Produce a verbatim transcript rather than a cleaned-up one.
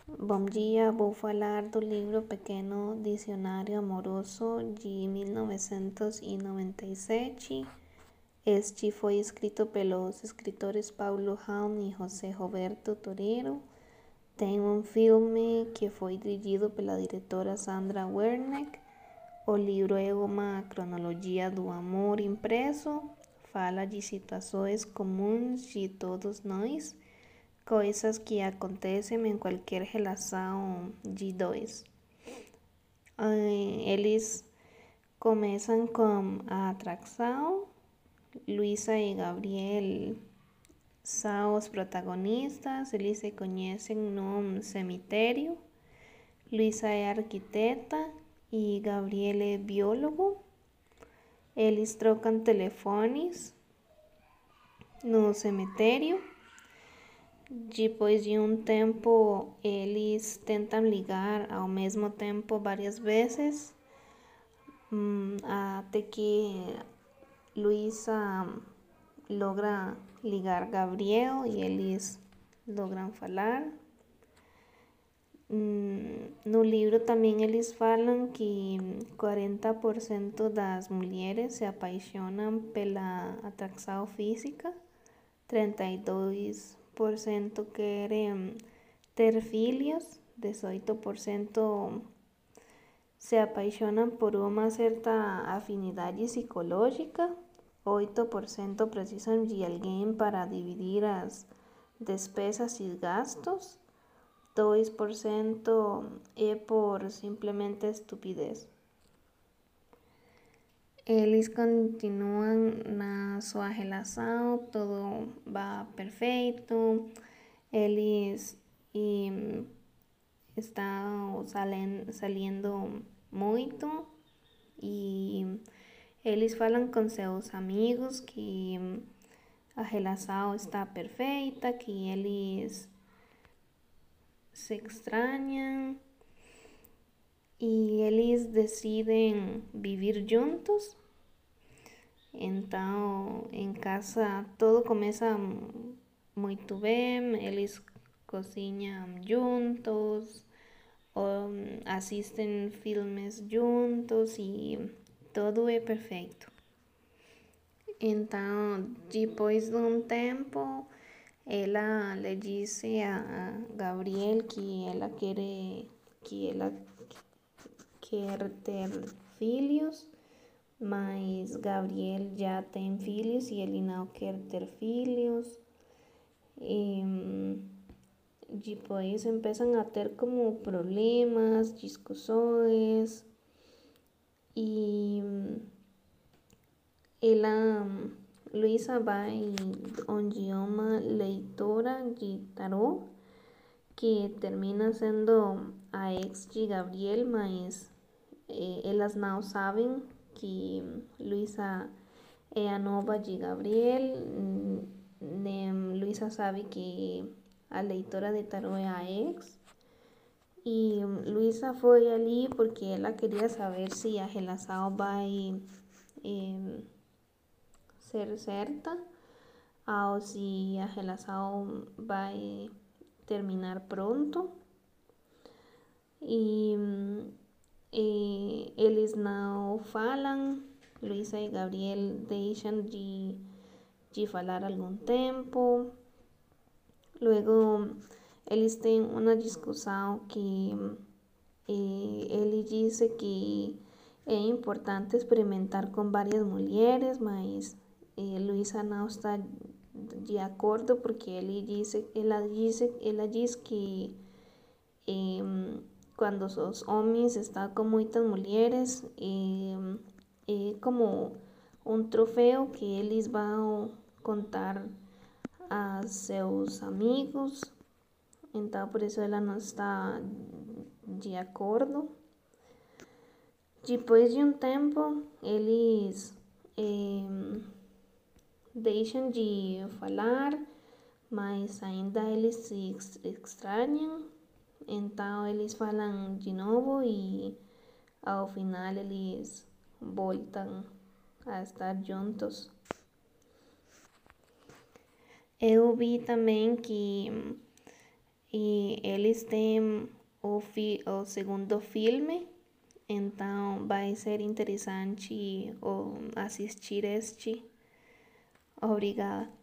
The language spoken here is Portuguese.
Bom dia, vou falar do livro Pequeno Dicionário Amoroso de mil novecentos e noventa e sete. Este foi escrito pelos escritores Paulo Halm e José Roberto Torero. Tem um filme que foi dirigido pela diretora Sandra Werneck. O livro é uma cronologia do amor impresso, fala de situações comuns de todos nós, coisas que acontecem em qualquer relação de dois. Eles começam com a atração. Luísa e Gabriel são os protagonistas. Eles se conhecem num cemitério. Luísa é arquiteta e Gabriel é biólogo. Eles trocam telefones no cemitério. Depois de um tempo, eles tentam ligar ao mesmo tempo várias vezes, até que Luísa logra ligar Gabriel e eles logram falar. No livro também eles falam que quarenta por cento das mulheres se apaixonam pela atração física, trinta e dois por cento querem ter filhos, dezoito por cento se apaixonam por uma certa afinidade psicológica, oito por cento precisam de alguém para dividir as despesas e gastos, dois por cento é por simplesmente estupidez. Eles continuam na sua relação, tudo vai perfeito, eles e, estão saindo muito e eles falam com seus amigos que a relação está perfeita, que eles se estranham e eles decidem viver juntos. Então, em casa tudo começa muito bem, eles cozinham juntos, assistem filmes juntos e tudo é perfeito. Então, depois de um tempo, ela lhe disse a Gabriel que ela quer que ela quer ter filhos, mas Gabriel já tem filhos e ele não quer ter filhos. E depois começam a ter como problemas, discussões e ela, Luísa vai onde uma leitora de tarô que termina sendo a ex de Gabriel, mas eh, elas não sabem que Luísa é a nova de Gabriel. Luísa sabe que a leitora de tarô é a ex. E Luísa foi ali porque ela queria saber se a relação vai eh, ser certa ou se a relação vai terminar pronto. E, e eles não falam. Luísa e Gabriel deixam de, de falar algum tempo. Luego eles têm uma discussão que eh, ele disse que é importante experimentar com várias mulheres, mas eh, Luísa não está de acordo porque ele disse, ela, disse, ela diz que eh, quando os homens estão com muitas mulheres, eh, é como um troféu que eles vão contar a seus amigos. Então, por isso ela não está de acordo. Depois de um tempo, eles eh, deixam de falar, mas ainda eles se estranham. Então, eles falam de novo e ao final eles voltam a estar juntos. Eu vi também que e eles têm o, fi o segundo filme, então vai ser interessante assistir este. Obrigada.